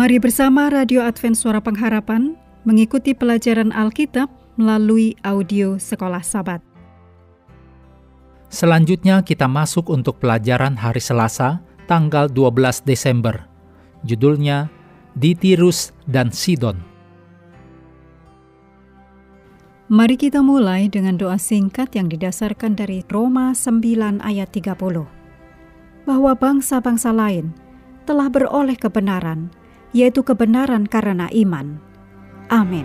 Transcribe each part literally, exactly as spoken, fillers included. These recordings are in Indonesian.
Mari bersama Radio Advent Suara Pengharapan mengikuti pelajaran Alkitab melalui audio Sekolah Sabat. Selanjutnya kita masuk untuk pelajaran hari Selasa, tanggal dua belas Desember. Judulnya, Di Tirus dan Sidon. Mari kita mulai dengan doa singkat yang didasarkan dari Roma sembilan ayat tiga puluh. Bahwa bangsa-bangsa lain telah beroleh kebenaran, yaitu kebenaran karena iman. Amin.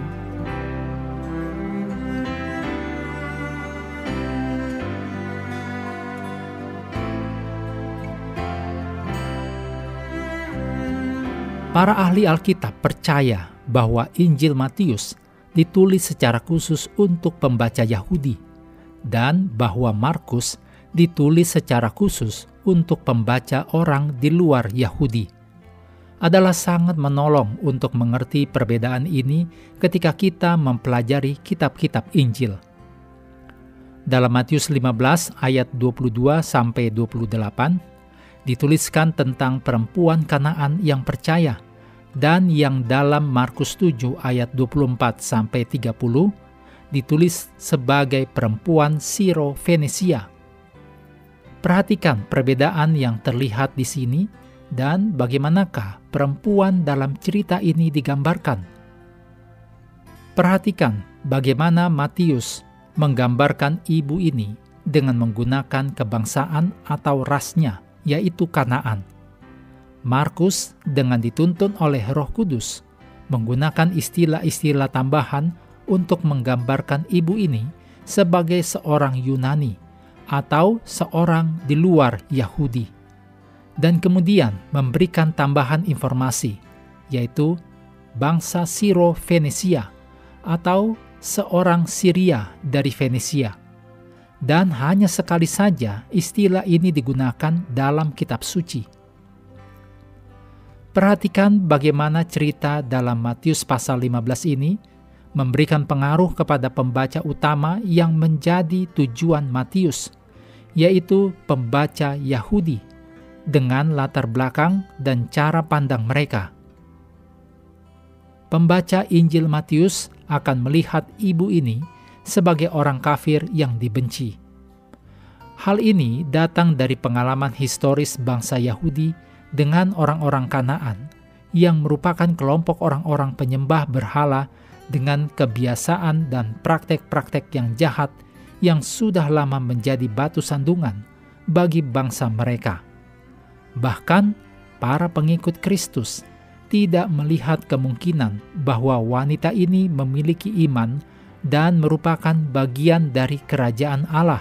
Para ahli Alkitab percaya bahwa Injil Matius ditulis secara khusus untuk pembaca Yahudi dan bahwa Markus ditulis secara khusus untuk pembaca orang di luar Yahudi. Adalah sangat menolong untuk mengerti perbedaan ini ketika kita mempelajari kitab-kitab Injil. Dalam Matius lima belas ayat dua puluh dua sampai dua puluh delapan dituliskan tentang perempuan Kanaan yang percaya, dan yang dalam Markus tujuh ayat dua puluh empat sampai tiga puluh ditulis sebagai perempuan Siro Fenisia. Perhatikan perbedaan yang terlihat di sini dan bagaimanakah perempuan dalam cerita ini digambarkan. Perhatikan bagaimana Matius menggambarkan ibu ini dengan menggunakan kebangsaan atau rasnya, yaitu Kanaan. Markus dengan dituntun oleh Roh Kudus menggunakan istilah-istilah tambahan untuk menggambarkan ibu ini sebagai seorang Yunani atau seorang di luar Yahudi. Dan kemudian memberikan tambahan informasi, yaitu bangsa Siro Fenisia atau seorang Syria dari Fenisia. Dan hanya sekali saja istilah ini digunakan dalam kitab suci. Perhatikan bagaimana cerita dalam Matius pasal lima belas ini memberikan pengaruh kepada pembaca utama yang menjadi tujuan Matius, yaitu pembaca Yahudi, dengan latar belakang dan cara pandang mereka. Pembaca Injil Matius akan melihat ibu ini sebagai orang kafir yang dibenci. Hal ini datang dari pengalaman historis bangsa Yahudi dengan orang-orang Kanaan yang merupakan kelompok orang-orang penyembah berhala dengan kebiasaan dan praktek-praktek yang jahat yang sudah lama menjadi batu sandungan bagi bangsa mereka. Bahkan, para pengikut Kristus tidak melihat kemungkinan bahwa wanita ini memiliki iman dan merupakan bagian dari kerajaan Allah.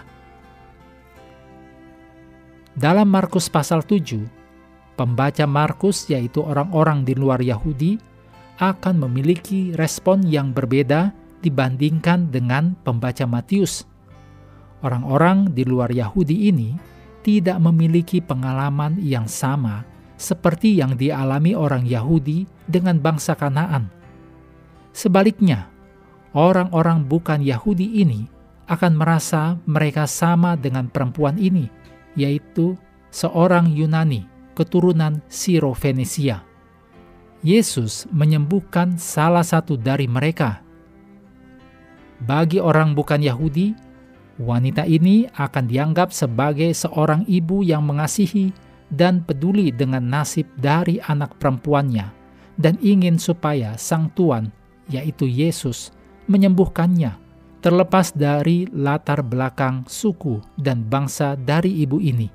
Dalam Markus pasal tujuh, pembaca Markus, yaitu orang-orang di luar Yahudi, akan memiliki respon yang berbeda dibandingkan dengan pembaca Matius. Orang-orang di luar Yahudi ini tidak memiliki pengalaman yang sama seperti yang dialami orang Yahudi dengan bangsa Kanaan. Sebaliknya, orang-orang bukan Yahudi ini akan merasa mereka sama dengan perempuan ini, yaitu seorang Yunani keturunan Siro Fenisia. Yesus menyembuhkan salah satu dari mereka. Bagi orang bukan Yahudi, wanita ini akan dianggap sebagai seorang ibu yang mengasihi dan peduli dengan nasib dari anak perempuannya dan ingin supaya Sang Tuan, yaitu Yesus, menyembuhkannya, terlepas dari latar belakang suku dan bangsa dari ibu ini.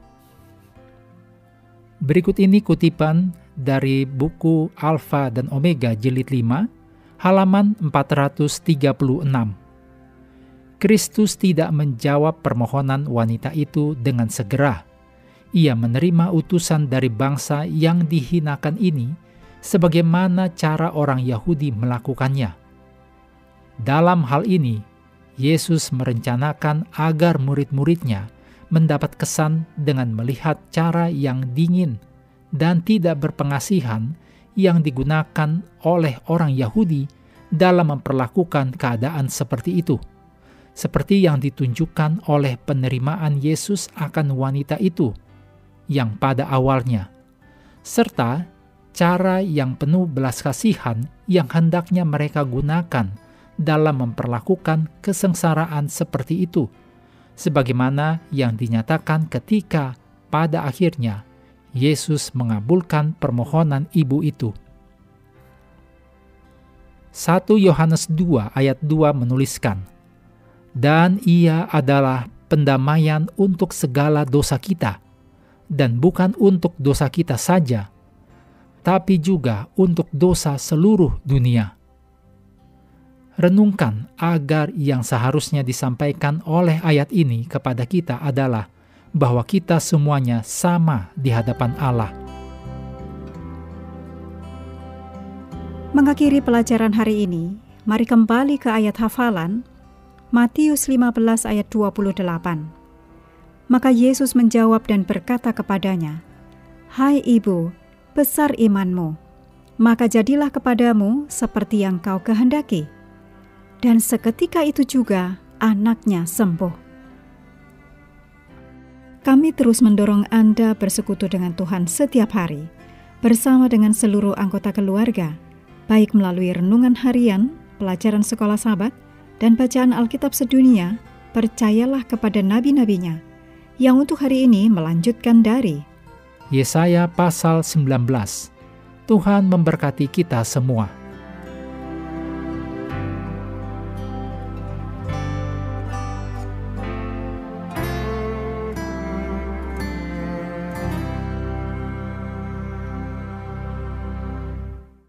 Berikut ini kutipan dari buku Alfa dan Omega jilid lima, halaman empat ratus tiga puluh enam. Kristus tidak menjawab permohonan wanita itu dengan segera. Ia menerima utusan dari bangsa yang dihinakan ini sebagaimana cara orang Yahudi melakukannya. Dalam hal ini, Yesus merencanakan agar murid-muridnya mendapat kesan dengan melihat cara yang dingin dan tidak berpengasihan yang digunakan oleh orang Yahudi dalam memperlakukan keadaan seperti itu, seperti yang ditunjukkan oleh penerimaan Yesus akan wanita itu, yang pada awalnya, serta cara yang penuh belas kasihan yang hendaknya mereka gunakan dalam memperlakukan kesengsaraan seperti itu, sebagaimana yang dinyatakan ketika pada akhirnya Yesus mengabulkan permohonan ibu itu. satu Yohanes dua ayat dua menuliskan, "Dan ia adalah pendamaian untuk segala dosa kita, dan bukan untuk dosa kita saja, tapi juga untuk dosa seluruh dunia." Renungkan agar yang seharusnya disampaikan oleh ayat ini kepada kita adalah bahwa kita semuanya sama di hadapan Allah. Mengakhiri pelajaran hari ini, mari kembali ke ayat hafalan, Matius lima belas ayat dua puluh delapan. Maka Yesus menjawab dan berkata kepadanya, "Hai ibu, besar imanmu, maka jadilah kepadamu seperti yang kau kehendaki." Dan seketika itu juga anaknya sembuh. Kami terus mendorong Anda bersekutu dengan Tuhan setiap hari, bersama dengan seluruh anggota keluarga, baik melalui renungan harian, pelajaran sekolah Sabat, dan bacaan Alkitab sedunia. Percayalah kepada nabi-nabinya, yang untuk hari ini melanjutkan dari Yesaya pasal sembilan belas. Tuhan memberkati kita semua.